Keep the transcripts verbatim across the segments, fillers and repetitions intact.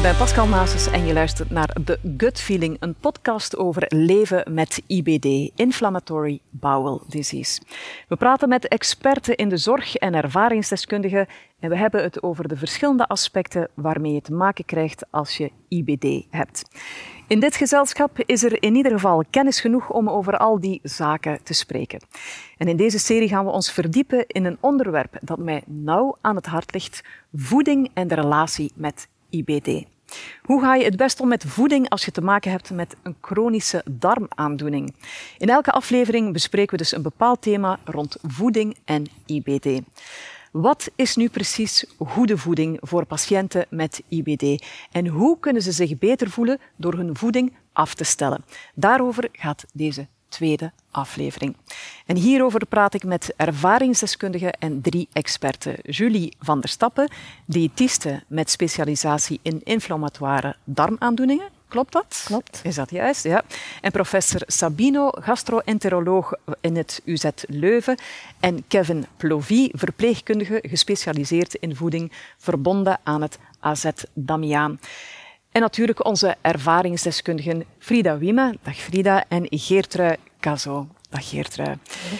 ben Pascal Maases en je luistert naar The Gut Feeling, een podcast over leven met I B D, Inflammatory Bowel Disease. We praten met experten in de zorg en ervaringsdeskundigen en we hebben het over de verschillende aspecten waarmee je te maken krijgt als je I B D hebt. In dit gezelschap is er in ieder geval kennis genoeg om over al die zaken te spreken. En in deze serie gaan we ons verdiepen in een onderwerp dat mij nauw aan het hart ligt: voeding en de relatie met I B D. Hoe ga je het best om met voeding als je te maken hebt met een chronische darmaandoening? In elke aflevering bespreken we dus een bepaald thema rond voeding en I B D. Wat is nu precies goede voeding voor patiënten met I B D? En hoe kunnen ze zich beter voelen door hun voeding af te stellen? Daarover gaat deze tweede aflevering. En hierover praat ik met ervaringsdeskundigen en drie experten. Julie van der Stappen, diëtiste met specialisatie in inflammatoire darmaandoeningen. Klopt dat? Klopt. Is dat juist? Ja. En professor Sabino, gastro-enteroloog in het U Z Leuven. En Kevin Plovy, verpleegkundige gespecialiseerd in voeding, verbonden aan het A Z Damiaan. En natuurlijk onze ervaringsdeskundigen Frida Wieme, dag Frida, en Geertrui Cazot, dag Geertrui.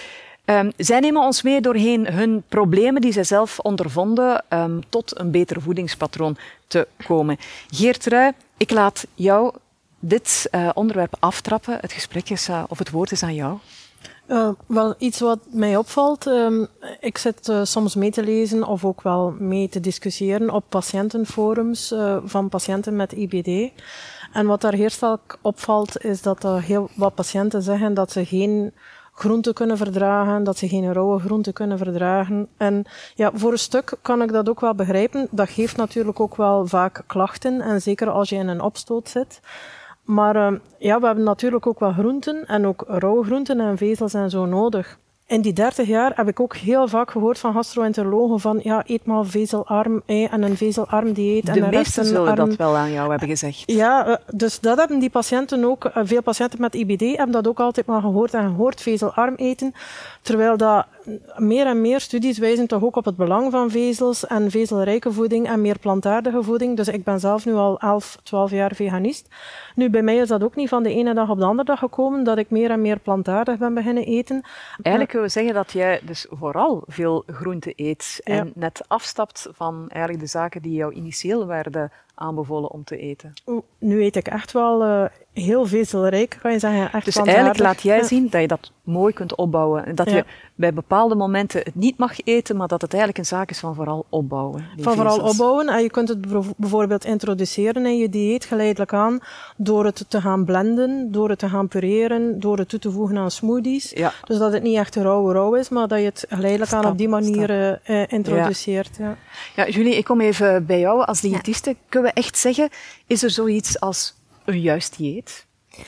Um, zij nemen ons mee doorheen hun problemen die zij zelf ondervonden um, tot een beter voedingspatroon te komen. Geertrui, ik laat jou dit uh, onderwerp aftrappen. Het gesprek is, uh, of het woord is aan jou. Uh, wel, iets wat mij opvalt, um, ik zit uh, soms mee te lezen of ook wel mee te discussiëren op patiëntenforums uh, van patiënten met I B D. En wat daar heel vaak opvalt, is dat er heel wat patiënten zeggen dat ze geen groenten kunnen verdragen, dat ze geen rauwe groenten kunnen verdragen. En ja, voor een stuk kan ik dat ook wel begrijpen. Dat geeft natuurlijk ook wel vaak klachten, en zeker als je in een opstoot zit. Maar uh, ja, we hebben natuurlijk ook wel groenten en ook rauwe groenten en vezels en zo nodig. In die dertig jaar heb ik ook heel vaak gehoord van gastro-enterologen van ja, eet maar vezelarm ei en een vezelarm dieet. De en meesten zullen arm... dat wel aan jou hebben gezegd. Ja, uh, dus dat hebben die patiënten ook, uh, veel patiënten met I B D hebben dat ook altijd maar gehoord en gehoord, vezelarm eten. Terwijl dat meer en meer studies wijzen toch ook op het belang van vezels en vezelrijke voeding en meer plantaardige voeding. Dus ik ben zelf nu al elf, twaalf jaar veganist. Nu, bij mij is dat ook niet van de ene dag op de andere dag gekomen, dat ik meer en meer plantaardig ben beginnen eten. Eigenlijk kunnen we zeggen dat jij dus vooral veel groente eet en Ja. net afstapt van eigenlijk de zaken die jou initieel werden aanbevolen om te eten. Nu eet ik echt wel uh, heel vezelrijk, kan je zeggen. Echt dus eigenlijk laat jij ja. zien dat je dat mooi kunt opbouwen. En dat je ja. bij bepaalde momenten het niet mag eten, maar dat het eigenlijk een zaak is van vooral opbouwen. Van vooral vezels. opbouwen. En je kunt het bijvoorbeeld introduceren in je dieet geleidelijk aan door het te gaan blenden, door het te gaan pureren, door het toe te voegen aan smoothies. Ja. Dus dat het niet echt rauw rauw is, maar dat je het geleidelijk aan Stap, op die manier uh, introduceert. Ja. Ja. Ja, Julie, ik kom even bij jou als diëtiste. Ja. Kunnen we echt zeggen, is er zoiets als een juist dieet?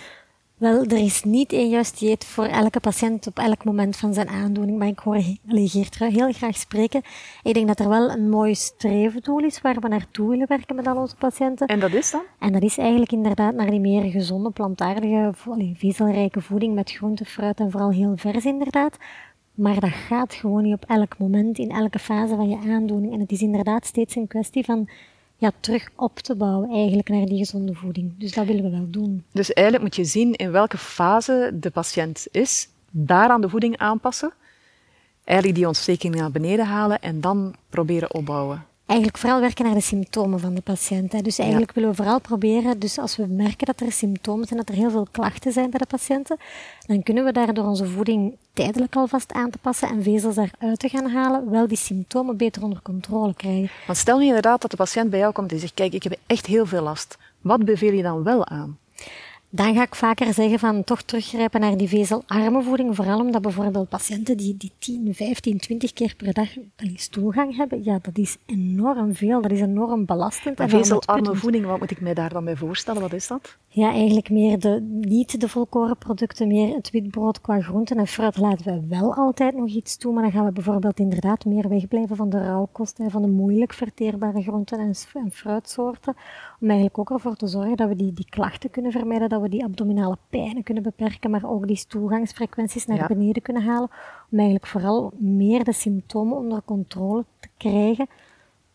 Wel, er is niet één juist dieet voor elke patiënt op elk moment van zijn aandoening, maar ik hoor Geertrui heel graag spreken. Ik denk dat er wel een mooi streefdoel is waar we naartoe willen werken met al onze patiënten. En dat is dan? En dat is eigenlijk inderdaad naar die meer gezonde, plantaardige, vezelrijke voeding met groente, fruit en vooral heel vers inderdaad. Maar dat gaat gewoon niet op elk moment, in elke fase van je aandoening. En het is inderdaad steeds een kwestie van ja, terug op te bouwen eigenlijk naar die gezonde voeding. Dus dat willen we wel doen. Dus eigenlijk moet je zien in welke fase de patiënt is, daaraan de voeding aanpassen, eigenlijk die ontsteking naar beneden halen en dan proberen opbouwen. Eigenlijk vooral werken naar de symptomen van de patiënt. Hè. Dus eigenlijk ja. willen we vooral proberen, dus als we merken dat er symptomen zijn, dat er heel veel klachten zijn bij de patiënten, dan kunnen we daar door onze voeding tijdelijk alvast aan te passen en vezels daaruit te gaan halen, wel die symptomen beter onder controle krijgen. Want stel nu inderdaad dat de patiënt bij jou komt en zegt, kijk, ik heb echt heel veel last. Wat beveel je dan wel aan? Dan ga ik vaker zeggen van toch teruggrijpen naar die vezelarme voeding. Vooral omdat bijvoorbeeld patiënten die, die tien, vijftien, twintig keer per dag stoelgang hebben. Ja, dat is enorm veel. Dat is enorm belastend. Maar vezelarme voeding, wat moet ik mij daar dan bij voorstellen? Wat is dat? Ja, eigenlijk meer de, niet de volkoren producten, meer het witbrood qua groenten en fruit laten we wel altijd nog iets toe. Maar dan gaan we bijvoorbeeld inderdaad meer wegblijven van de rauwkost, van de moeilijk verteerbare groenten en, en fruitsoorten. Om eigenlijk ook ervoor te zorgen dat we die, die klachten kunnen vermijden, dat we die abdominale pijnen kunnen beperken, maar ook die stoelgangsfrequenties naar ja. beneden kunnen halen. Om eigenlijk vooral meer de symptomen onder controle te krijgen,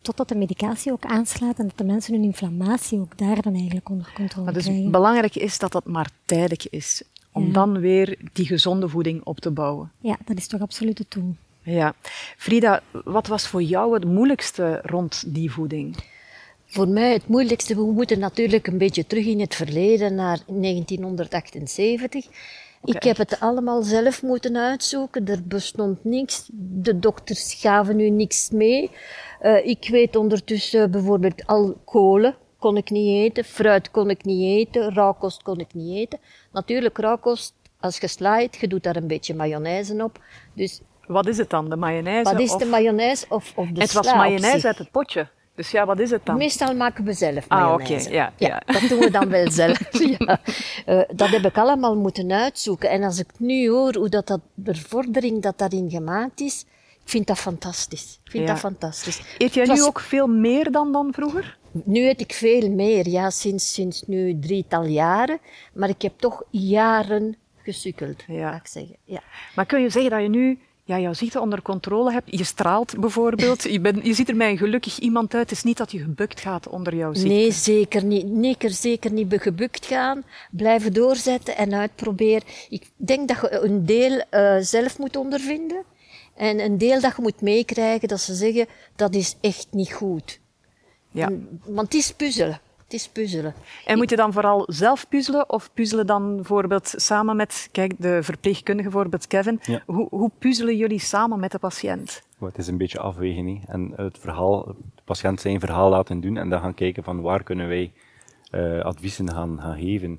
totdat de medicatie ook aanslaat en dat de mensen hun inflammatie ook daar dan eigenlijk onder controle maar dus krijgen. belangrijk is dat dat maar tijdelijk is, om Ja. dan weer die gezonde voeding op te bouwen. Ja, dat is toch absoluut het doel. Ja. Frida, wat was voor jou het moeilijkste rond die voeding? Voor mij het moeilijkste, we moeten natuurlijk een beetje terug in het verleden, naar negentienhonderdachtenzeventig. Okay. Ik heb het allemaal zelf moeten uitzoeken, er bestond niks, de dokters gaven u niks mee. Uh, ik weet ondertussen bijvoorbeeld al kolen kon ik niet eten, fruit kon ik niet eten, rauwkost kon ik niet eten. Natuurlijk rauwkost, als je slaait, je doet daar een beetje mayonaise op. Dus wat is het dan, de mayonaise? wat is of... de mayonaise of, of de Het was sla op mayonaise zich? uit het potje. Dus ja, wat is het dan? Meestal maken we zelf Ah, mayonaise. oké, ja, ja, ja. dat doen we dan wel zelf. Ja. Uh, dat heb ik allemaal moeten uitzoeken. En als ik nu hoor hoe dat, dat, de vordering dat daarin gemaakt is, ik vind dat fantastisch. Ik vind Ja. dat fantastisch. Eet jij Het nu was- ook veel meer dan dan vroeger? Nu eet ik veel meer, ja, sinds, sinds nu drietal jaren. Maar ik heb toch jaren gesukkeld, Ja. ga ik zeggen. Ja. Maar kun je zeggen dat je nu ja, jouw ziekte onder controle hebt? Je straalt bijvoorbeeld. Je, bent, je ziet er mij een gelukkig iemand uit. Het is niet dat je gebukt gaat onder jouw ziekte. Nee, zeker niet. Nee, er zeker niet gebukt gaan. Blijven doorzetten en uitproberen. Ik denk dat je een deel uh, zelf moet ondervinden. En een deel dat je moet meekrijgen, dat ze zeggen, dat is echt niet goed. Ja. En, want het is puzzelen. Het is puzzelen. En moet je dan vooral zelf puzzelen of puzzelen dan bijvoorbeeld samen met, kijk, de verpleegkundige bijvoorbeeld Kevin. Ja. Hoe, hoe puzzelen jullie samen met de patiënt? Maar het is een beetje afwegen. Hè. En het verhaal, de patiënt zijn verhaal laten doen en dan gaan kijken van waar kunnen wij uh, adviezen gaan, gaan geven.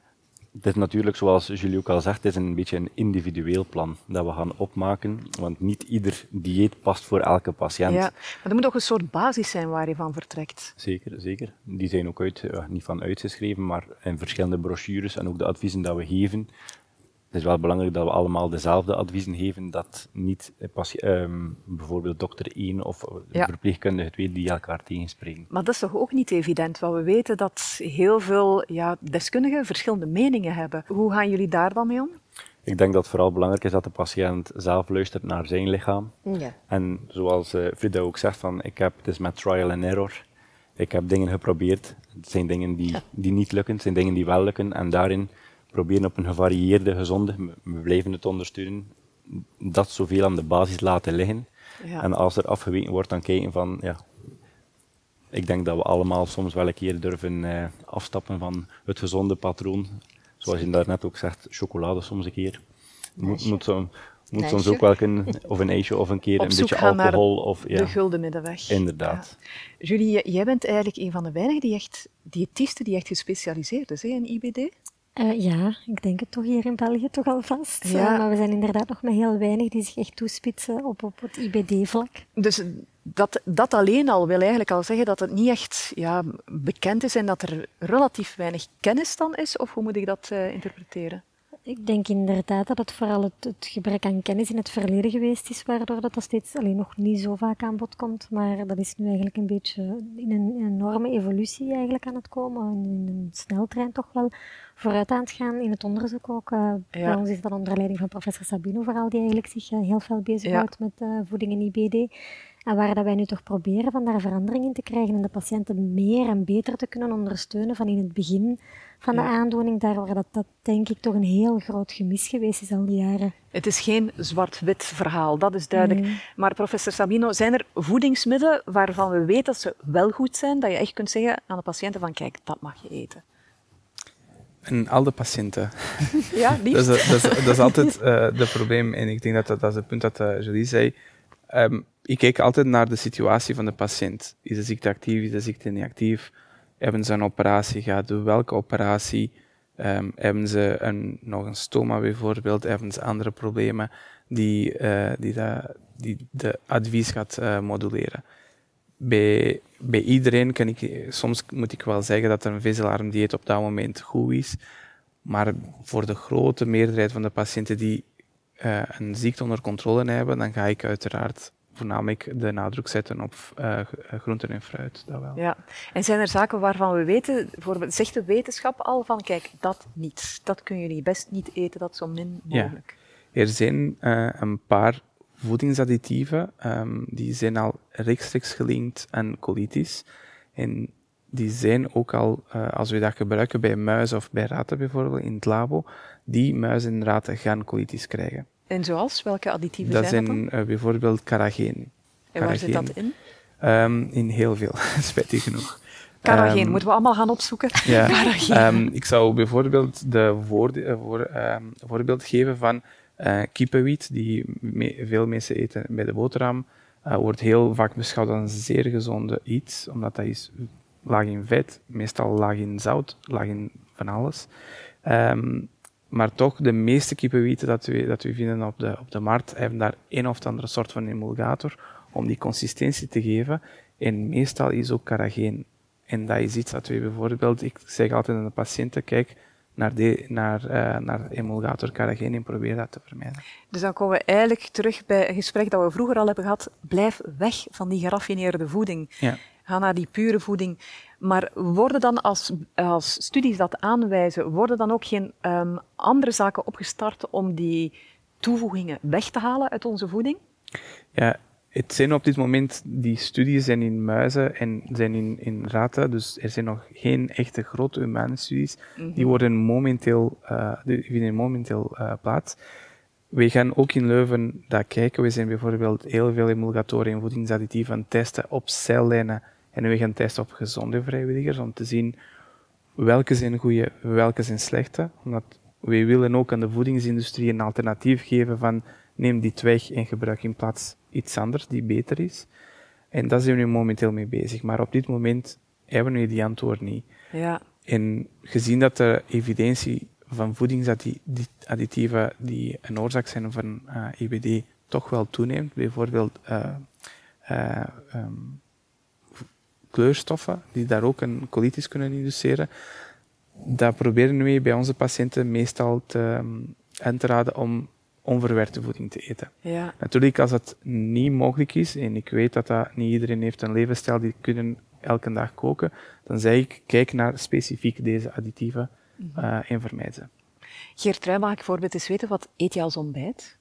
Het is natuurlijk, zoals Julie ook al zegt, het is een beetje een individueel plan dat we gaan opmaken, want niet ieder dieet past voor elke patiënt. Ja, maar er moet ook een soort basis zijn waar je van vertrekt. Zeker, zeker. Die zijn ook uit, uh, niet van uitgeschreven, maar in verschillende brochures en ook de adviezen dat we geven. Het is wel belangrijk dat we allemaal dezelfde adviezen geven, dat niet um, bijvoorbeeld dokter één of ja. verpleegkundige twee die elkaar tegenspreken. Maar dat is toch ook niet evident, want we weten dat heel veel ja, deskundigen verschillende meningen hebben. Hoe gaan jullie daar dan mee om? Ik denk dat het vooral belangrijk is dat de patiënt zelf luistert naar zijn lichaam. Ja. En zoals uh, Frida ook zegt, van, ik heb, het is met trial and error. Ik heb dingen geprobeerd. Het zijn dingen die, die niet lukken, het zijn dingen die wel lukken. En daarin proberen op een gevarieerde, gezonde, we blijven het ondersteunen, dat zoveel aan de basis laten liggen. Ja. En als er afgeweken wordt, dan kijken van, ja, ik denk dat we allemaal soms wel een keer durven uh, afstappen van het gezonde patroon. Zoals je daarnet ook zegt, chocolade soms een keer. Moet, moet, zo, moet soms ook wel kunnen, of een ijsje of een keer op een beetje gaan alcohol. Naar of, ja, de gulden middenweg. Inderdaad. Ja. Julie, jij bent eigenlijk een van de weinigen die echt, diëtisten die echt gespecialiseerd is hè, in I B D? Uh, ja, ik denk het toch hier in België toch alvast. Ja. Uh, maar we zijn inderdaad nog met heel weinig die zich echt toespitsen op, op het I B D-vlak. Dus dat, dat alleen al wil eigenlijk al zeggen dat het niet echt ja, bekend is en dat er relatief weinig kennis dan is? Of hoe moet ik dat uh, interpreteren? Ik denk inderdaad dat het vooral het, het gebrek aan kennis in het verleden geweest is, waardoor dat, dat steeds alleen nog niet zo vaak aan bod komt. Maar dat is nu eigenlijk een beetje in een, een enorme evolutie eigenlijk aan het komen. In een sneltrein toch wel vooruit aan het gaan in het onderzoek ook. Uh, ja. Bij ons is dat onder leiding van professor Sabino vooral, die eigenlijk zich uh, heel veel bezighoudt ja. met uh, voeding en I B D. En waar dat wij nu toch proberen van daar verandering in te krijgen en de patiënten meer en beter te kunnen ondersteunen van in het begin van ja. de aandoening, daar waar dat, dat denk ik toch een heel groot gemis geweest is al die jaren. Het is geen zwart-wit verhaal, dat is duidelijk. Nee. Maar professor Sabino, zijn er voedingsmiddelen waarvan we weten dat ze wel goed zijn, dat je echt kunt zeggen aan de patiënten van kijk, dat mag je eten? En al de patiënten. Ja, liefst. dat, is, dat, is, dat is altijd uh, het probleem en ik denk dat dat, dat is het punt dat uh, Julie zei. Um, ik kijk altijd naar de situatie van de patiënt. Is de ziekte actief, is de ziekte niet actief? Hebben ze een operatie gehad? Welke operatie? Um, hebben ze een, nog een stoma bijvoorbeeld? Hebben ze andere problemen die, uh, die, de, die de advies gaat uh, moduleren? Bij, bij iedereen kan ik, soms moet ik wel zeggen dat een vezelarmdieet op dat moment goed is, maar voor de grote meerderheid van de patiënten die uh, een ziekte onder controle hebben, dan ga ik uiteraard voornamelijk de nadruk zetten op uh, groenten en fruit. Dat wel. Ja. En zijn er zaken waarvan we weten, bijvoorbeeld zegt de wetenschap al van kijk, dat niet, dat kun je best niet eten, dat zo min mogelijk? Ja. Er zijn uh, een paar voedingsadditieven, um, die zijn al rechtstreeks gelinkt aan colitis. En die zijn ook al, uh, als we dat gebruiken bij muizen of bij ratten bijvoorbeeld in het labo, die muizen en ratten gaan colitis krijgen. En zoals? Welke additieven dat zijn dat zijn dan? Uh, bijvoorbeeld carrageen. En carrageen. waar zit dat in? Um, in heel veel, spijtig genoeg. Carrageen, um, moeten we allemaal gaan opzoeken? Ja, um, ik zou bijvoorbeeld de voorde, uh, voor, um, voorbeeld geven van uh, kippenwiet, die me, veel mensen eten bij de boterham. Uh, wordt heel vaak beschouwd als een zeer gezonde iets, omdat dat is laag in vet, meestal laag in zout, laag in van alles. Um, maar toch, de meeste kippenwieten dat we, dat we vinden op de, op de markt, hebben daar een of andere soort van emulgator om die consistentie te geven. En meestal is ook carrageen. En dat is iets dat we bijvoorbeeld, ik zeg altijd aan de patiënten, kijk naar, de, naar, uh, naar emulgator carrageen en probeer dat te vermijden. Dus dan komen we eigenlijk terug bij een gesprek dat we vroeger al hebben gehad. Blijf weg van die geraffineerde voeding. Ja. Ga naar die pure voeding. Maar worden dan, als, als studies dat aanwijzen, worden dan ook geen um, andere zaken opgestart om die toevoegingen weg te halen uit onze voeding? Ja, het zijn op dit moment, die studies zijn in muizen en zijn in, in ratten, dus er zijn nog geen echte grote humane studies. Mm-hmm. Die worden momenteel, uh, die vinden momenteel uh, plaats. We gaan ook in Leuven dat kijken. We zijn bijvoorbeeld heel veel emulgatoren en voedingsadditieven testen op cellijnen en we gaan testen op gezonde vrijwilligers om te zien welke zijn goede, welke zijn slechte. Omdat we willen ook aan de voedingsindustrie een alternatief geven van neem dit weg en gebruik in plaats iets anders die beter is. En daar zijn we nu momenteel mee bezig. Maar op dit moment hebben we die antwoord niet. Ja. En gezien dat de evidentie van voedingsadditieven die een oorzaak zijn van uh, I B D toch wel toeneemt, bijvoorbeeld uh, uh, um, kleurstoffen die daar ook een colitis kunnen induceren, dat proberen we bij onze patiënten meestal te, um, aan te raden om onverwerkte voeding te eten. Ja. Natuurlijk, als het niet mogelijk is, en ik weet dat, dat niet iedereen heeft een levensstijl die kunnen elke dag koken, dan zeg ik, kijk naar specifiek deze additieven uh, en vermijd ze. Geert, mag ik bijvoorbeeld eens weten, wat eet je als ontbijt?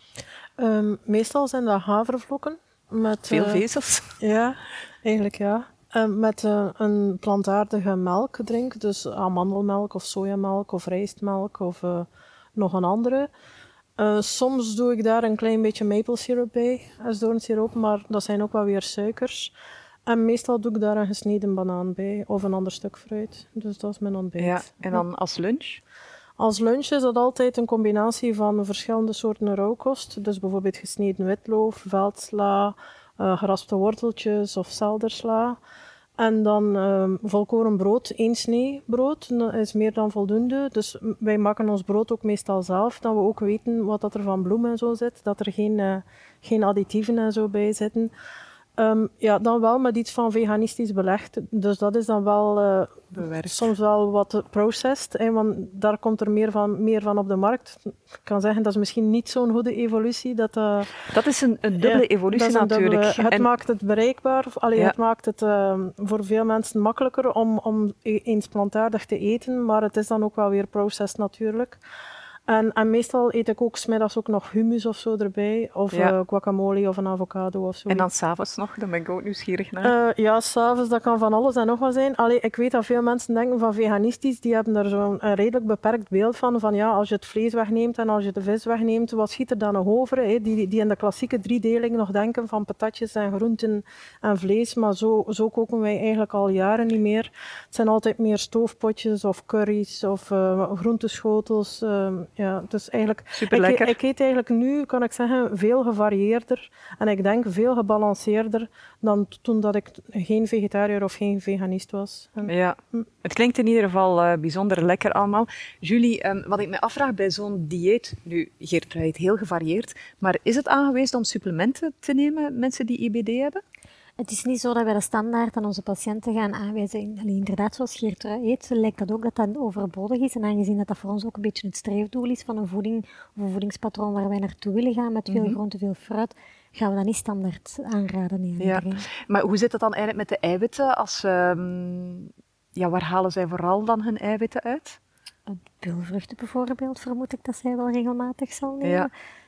Um, meestal zijn dat havervlokken. Met, Veel uh, vezels? Ja, eigenlijk ja. Uh, met uh, een plantaardige melkdrink, dus amandelmelk of sojamelk of rijstmelk of uh, nog een andere. Uh, soms doe ik daar een klein beetje maple syrup bij, als doornsiroop, maar dat zijn ook wel weer suikers. En meestal doe ik daar een gesneden banaan bij, of een ander stuk fruit. Dus dat is mijn ontbijt. Ja, en dan als lunch? Als lunch is dat altijd een combinatie van verschillende soorten rauwkost. Dus bijvoorbeeld gesneden witloof, veldsla, uh, geraspte worteltjes of seldersla. En dan uh, volkoren brood, één snee brood, dat is meer dan voldoende. Dus wij maken ons brood ook meestal zelf, dat we ook weten wat dat er van bloem en zo zit, dat er geen, uh, geen additieven en zo bij zitten. Um, ja, dan wel met iets van veganistisch belegd. Dus dat is dan wel uh, soms wel wat processed, hè, want daar komt er meer van, meer van op de markt. Ik kan zeggen, dat is misschien niet zo'n goede evolutie. Dat, uh, dat is een, een dubbele ja, evolutie een natuurlijk. Dubbele, het en... maakt het bereikbaar, allee, ja. Het maakt het uh, voor veel mensen makkelijker om, om eens plantaardig te eten, maar het is dan ook wel weer processed natuurlijk. En, en meestal eet ik ook 's middags ook nog hummus of zo erbij. Of ja. uh, guacamole of een avocado of zo. En dan s'avonds nog? Daar ben ik ook nieuwsgierig naar. Uh, ja, s'avonds, dat kan van alles en nog wat zijn. Allee, ik weet dat veel mensen denken van veganistisch, die hebben daar zo'n redelijk beperkt beeld van. Van ja, als je het vlees wegneemt en als je de vis wegneemt, wat schiet er dan nog over? Hè? Die, die in de klassieke driedeling nog denken van patatjes en groenten en vlees. Maar zo, zo koken wij eigenlijk al jaren niet meer. Het zijn altijd meer stoofpotjes of curry's of uh, groenteschotels. Uh, Ja, dus eigenlijk, super lekker. Ik, ik eet eigenlijk nu, kan ik zeggen, veel gevarieerder en ik denk veel gebalanceerder dan toen dat ik geen vegetariër of geen veganist was. En, ja, hm. Het klinkt in ieder geval uh, bijzonder lekker allemaal. Julie, um, wat ik me afvraag bij zo'n dieet, nu Geert eet heel gevarieerd, maar is het aangewezen om supplementen te nemen, mensen die I B D hebben? Het is niet zo dat wij de standaard aan onze patiënten gaan aanwijzen. Allee, inderdaad, zoals Geert eet, lijkt dat ook dat dat overbodig is. En aangezien dat dat voor ons ook een beetje het streefdoel is van een voeding of een voedingspatroon waar wij naartoe willen gaan met veel mm-hmm. groente, veel fruit, gaan we dat niet standaard aanraden. Nee, ja. Maar hoe zit het dan eigenlijk met de eiwitten? Als, um, ja, waar halen zij vooral dan hun eiwitten uit? Peulvruchten bijvoorbeeld, vermoed ik dat zij wel regelmatig zal nemen. Ja.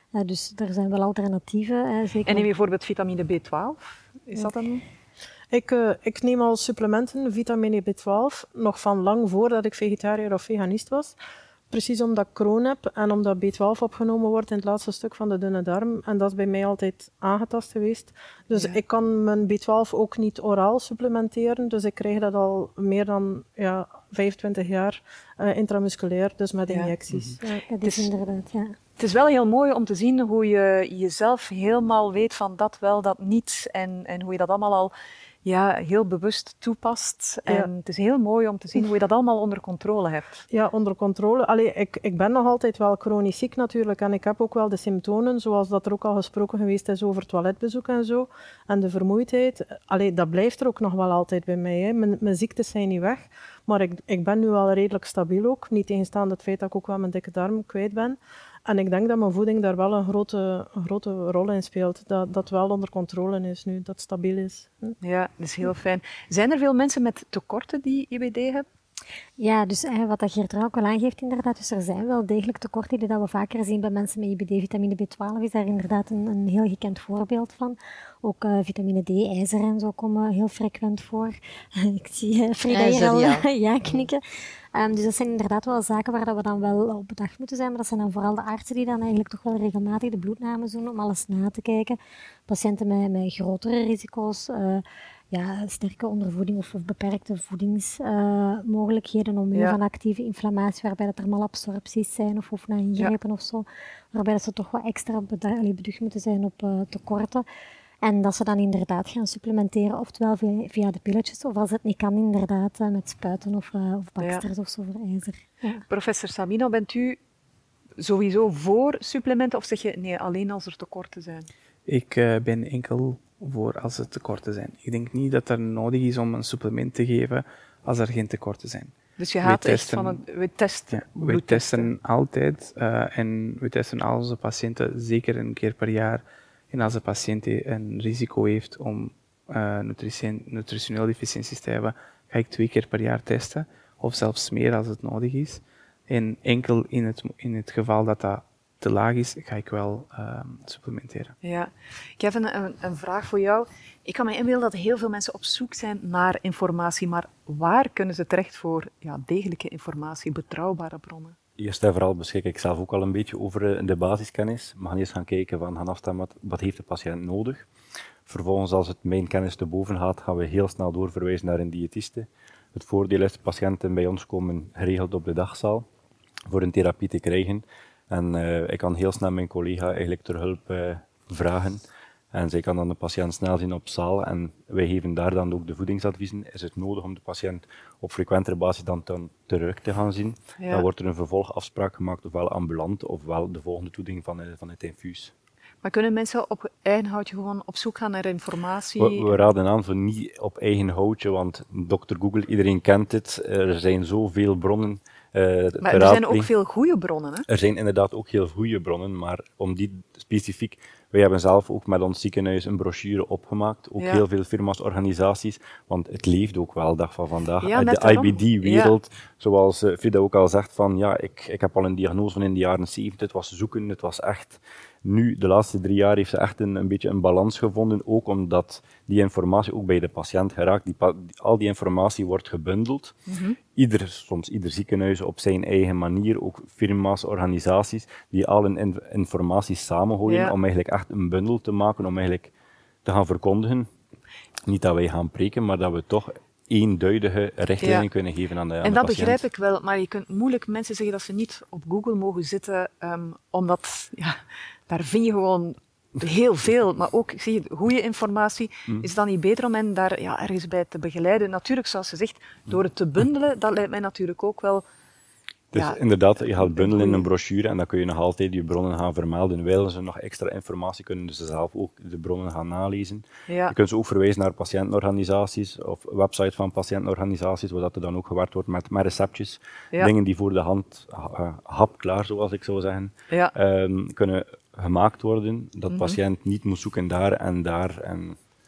Uh, dus er zijn wel alternatieven. Uh, zeker. En neem je bijvoorbeeld vitamine B twaalf? Is dat dan? Ik, uh, ik neem al supplementen, vitamine B twaalf, nog van lang voordat ik vegetariër of veganist was. Precies omdat ik Crohn heb en omdat B twaalf opgenomen wordt in het laatste stuk van de dunne darm. En dat is bij mij altijd aangetast geweest. Dus ja. ik kan mijn B twaalf ook niet oraal supplementeren. Dus ik krijg dat al meer dan ja, vijfentwintig jaar uh, intramusculair, dus met injecties. Ja, ja, dat is inderdaad, ja. Het is wel heel mooi om te zien hoe je jezelf helemaal weet van dat wel, dat niet. En, en hoe je dat allemaal al ja, heel bewust toepast. En ja. het is heel mooi om te zien hoe je dat allemaal onder controle hebt. Ja, onder controle. Allee, ik, ik ben nog altijd wel chronisch ziek natuurlijk. En ik heb ook wel de symptomen, zoals dat er ook al gesproken geweest is over toiletbezoek en zo. En de vermoeidheid. Allee, dat blijft er ook nog wel altijd bij mij. Hè. Mijn, mijn ziektes zijn niet weg. Maar ik, ik ben nu wel redelijk stabiel ook. Niet tegenstaande het feit dat ik ook wel mijn dikke darm kwijt ben. En ik denk dat mijn voeding daar wel een grote, een grote rol in speelt. Dat dat wel onder controle is nu, dat het stabiel is. Hm? Ja, dat is heel fijn. Zijn er veel mensen met tekorten die I B D hebben? Ja, dus eh, wat dat Geert ook wel aangeeft inderdaad, dus er zijn wel degelijk tekorten die dat we vaker zien bij mensen met I B D. Vitamine B twaalf is daar inderdaad een, een heel gekend voorbeeld van. Ook uh, vitamine D, ijzer en zo komen heel frequent voor. Ik zie uh, Frida hier al ja. ja knikken. Um, dus dat zijn inderdaad wel zaken waar dat we dan wel op bedacht moeten zijn, maar dat zijn dan vooral de artsen die dan eigenlijk toch wel regelmatig de bloednames doen om alles na te kijken. Patiënten met, met grotere risico's, uh, ja, sterke ondervoeding of, of beperkte voedingsmogelijkheden uh, omwille ja. van actieve inflammatie, waarbij dat er malabsorpties zijn of, of na ingrepen ja. of zo, waarbij dat ze toch wat extra beducht moeten zijn op uh, tekorten. En dat ze dan inderdaad gaan supplementeren, oftewel via, via de pilletjes, of als het niet kan, inderdaad uh, met spuiten of, uh, of baksters ja. of zo voor ijzer. Ja. Professor Sabino, bent u sowieso voor supplementen of zeg je nee, alleen als er tekorten zijn? Ik uh, ben enkel voor als er tekorten zijn. Ik denk niet dat het nodig is om een supplement te geven als er geen tekorten zijn. Dus je gaat echt van het... We testen. Ja, we testen altijd uh, en we testen al onze patiënten zeker een keer per jaar. En als een patiënt een risico heeft om uh, nutritioneel deficiënties te hebben, ga ik twee keer per jaar testen, of zelfs meer als het nodig is. En enkel in het, in het geval dat dat te laag is, ga ik wel uh, supplementeren. Ja, ik heb een, een, een vraag voor jou. Ik kan me inbeelden dat heel veel mensen op zoek zijn naar informatie, maar waar kunnen ze terecht voor ja, degelijke informatie, betrouwbare bronnen? Eerst en vooral beschik ik zelf ook al een beetje over de basiskennis. We gaan eerst gaan kijken van gaan afstemmen wat, wat heeft de patiënt nodig. Vervolgens, als het mijn kennis te boven gaat, gaan we heel snel doorverwijzen naar een diëtiste. Het voordeel is, patiënten bij ons komen geregeld op de dagzaal voor een therapie te krijgen. En uh, ik kan heel snel mijn collega eigenlijk ter hulp uh, vragen. En zij kan dan de patiënt snel zien op zaal en wij geven daar dan ook de voedingsadviezen. Is het nodig om de patiënt op frequentere basis dan te, terug te gaan zien? Ja. Dan wordt er een vervolgafspraak gemaakt, ofwel ambulant, ofwel de volgende toediening van, van het infuus. Maar kunnen mensen op eigen houtje gewoon op zoek gaan naar informatie? We, we raden aan voor niet op eigen houtje, want dokter Google, iedereen kent het. Er zijn zoveel bronnen. Uh, maar er zijn ook veel goede bronnen, hè? Er zijn inderdaad ook heel goede bronnen, maar om die specifiek... Wij hebben zelf ook met ons ziekenhuis een brochure opgemaakt, ook ja. heel veel firma's, organisaties, want het leeft ook wel dag van vandaag. Ja, de I B D-wereld, ja. zoals uh, Frida ook al zegt, van ja, ik, ik heb al een diagnose van in de jaren zeventig, het was zoeken, het was echt... Nu, de laatste drie jaar, heeft ze echt een, een beetje een balans gevonden, ook omdat die informatie ook bij de patiënt geraakt. Die, die, al die informatie wordt gebundeld. Mm-hmm. Ieder, soms ieder ziekenhuis op zijn eigen manier, ook firma's, organisaties, die al een in, informatie samengooien ja. om eigenlijk echt een bundel te maken, om eigenlijk te gaan verkondigen. Niet dat wij gaan preken, maar dat we toch eenduidige richtlijnen ja. kunnen geven aan de, aan en de dat patiënt. begrijp ik wel, maar je kunt moeilijk mensen zeggen dat ze niet op Google mogen zitten, um, omdat ja, daar vind je gewoon heel veel, maar ook zie je, goede informatie. Mm. Is dan niet beter om hen daar ja, ergens bij te begeleiden? Natuurlijk, zoals ze zegt, door het te bundelen, dat lijkt mij natuurlijk ook wel... Dus ja, inderdaad, je gaat bundelen in een brochure en dan kun je nog altijd je bronnen gaan vermelden. Willen ze nog extra informatie, kunnen ze zelf ook de bronnen gaan nalezen. Ja. Je kunt ze ook verwijzen naar patiëntenorganisaties of websites van patiëntenorganisaties, waar er dan ook gewerkt wordt met, met receptjes. Ja. Dingen die voor de hand, uh, hapklaar zoals ik zou zeggen, ja. um, kunnen gemaakt worden. Dat mm-hmm. patiënt niet moet zoeken daar en daar. En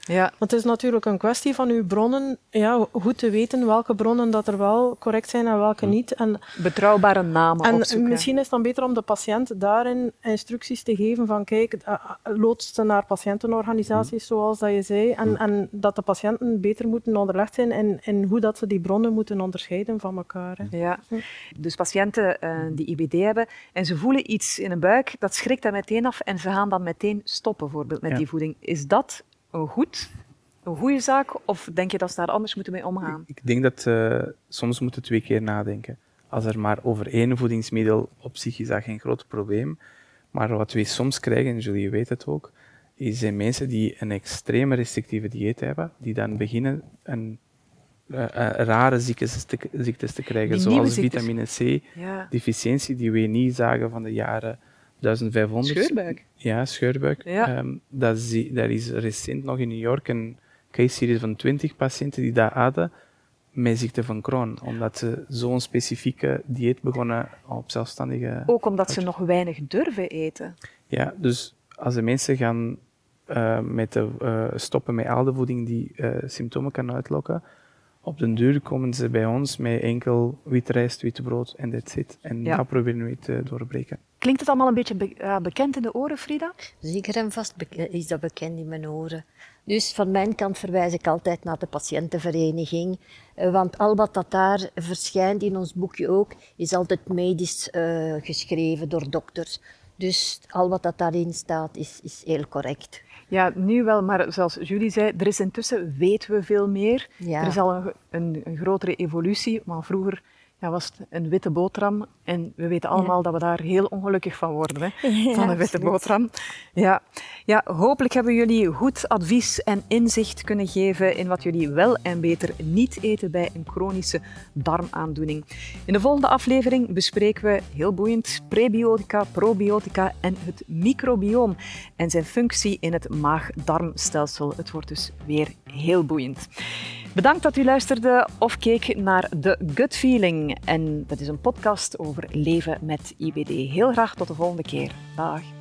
Ja. Want het is natuurlijk een kwestie van uw bronnen, ja, goed te weten welke bronnen dat er wel correct zijn en welke niet. En, Betrouwbare namen en opzoeken. misschien is het dan beter om de patiënt daarin instructies te geven van kijk, uh, loodst ze naar patiëntenorganisaties zoals dat je zei en, en dat de patiënten beter moeten onderlegd zijn in, in hoe dat ze die bronnen moeten onderscheiden van elkaar. Hè. Ja. Dus patiënten uh, die I B D hebben en ze voelen iets in hun buik, dat schrikt dan meteen af en ze gaan dan meteen stoppen bijvoorbeeld met Ja. die voeding. Is dat een goed, een goede zaak of denk je dat ze daar anders moeten mee omgaan? Ik denk dat uh, soms moeten twee keer nadenken. Als er maar over één voedingsmiddel op zich is dat geen groot probleem. Maar wat we soms krijgen, en Julie weet het ook, is zijn mensen die een extreme restrictieve dieet hebben, die dan beginnen een, uh, uh, rare ziektes te, ziektes te krijgen, Die nieuwe zoals ziektes. vitamine C-deficiëntie, Ja. die we niet zagen van de jaren duizendvijfhonderd. Scheurbuik. Ja, scheurbuik. Ja. Um, dat, is, dat is recent nog in New York een case-series van twintig patiënten die dat hadden met ziekte van Crohn, omdat ze zo'n specifieke dieet begonnen op zelfstandige... Ook omdat ze nog weinig durven eten. Ja, dus als de mensen gaan uh, met de, uh, stoppen met al de voeding die uh, symptomen kan uitlokken, op den duur komen ze bij ons met enkel wit rijst, wit brood en that's it. En Ja. dat proberen we te doorbreken. Klinkt het allemaal een beetje be- uh, bekend in de oren, Frida? Zeker en vast beke- is dat bekend in mijn oren. Dus van mijn kant verwijs ik altijd naar de patiëntenvereniging. Eh, Want al wat dat daar verschijnt, in ons boekje ook, is altijd medisch uh, geschreven door dokters. Dus al wat dat daarin staat, is, is heel correct. Ja, nu wel, maar zoals Julie zei, er is intussen weten we veel meer. Ja. Er is al een, een, een grotere evolutie, maar vroeger ja, was het een witte boterham. En we weten allemaal Ja. dat we daar heel ongelukkig van worden, hè, Ja, van een witte absoluut. boterham. Ja. Ja, hopelijk hebben jullie goed advies en inzicht kunnen geven in wat jullie wel en beter niet eten bij een chronische darmaandoening. In de volgende aflevering bespreken we, heel boeiend, prebiotica, probiotica en het microbioom en zijn functie in het maag-darmstelsel. Het wordt dus weer heel boeiend. Bedankt dat u luisterde of keek naar The Gut Feeling. En dat is een podcast over leven met I B D. Heel graag tot de volgende keer. Dag.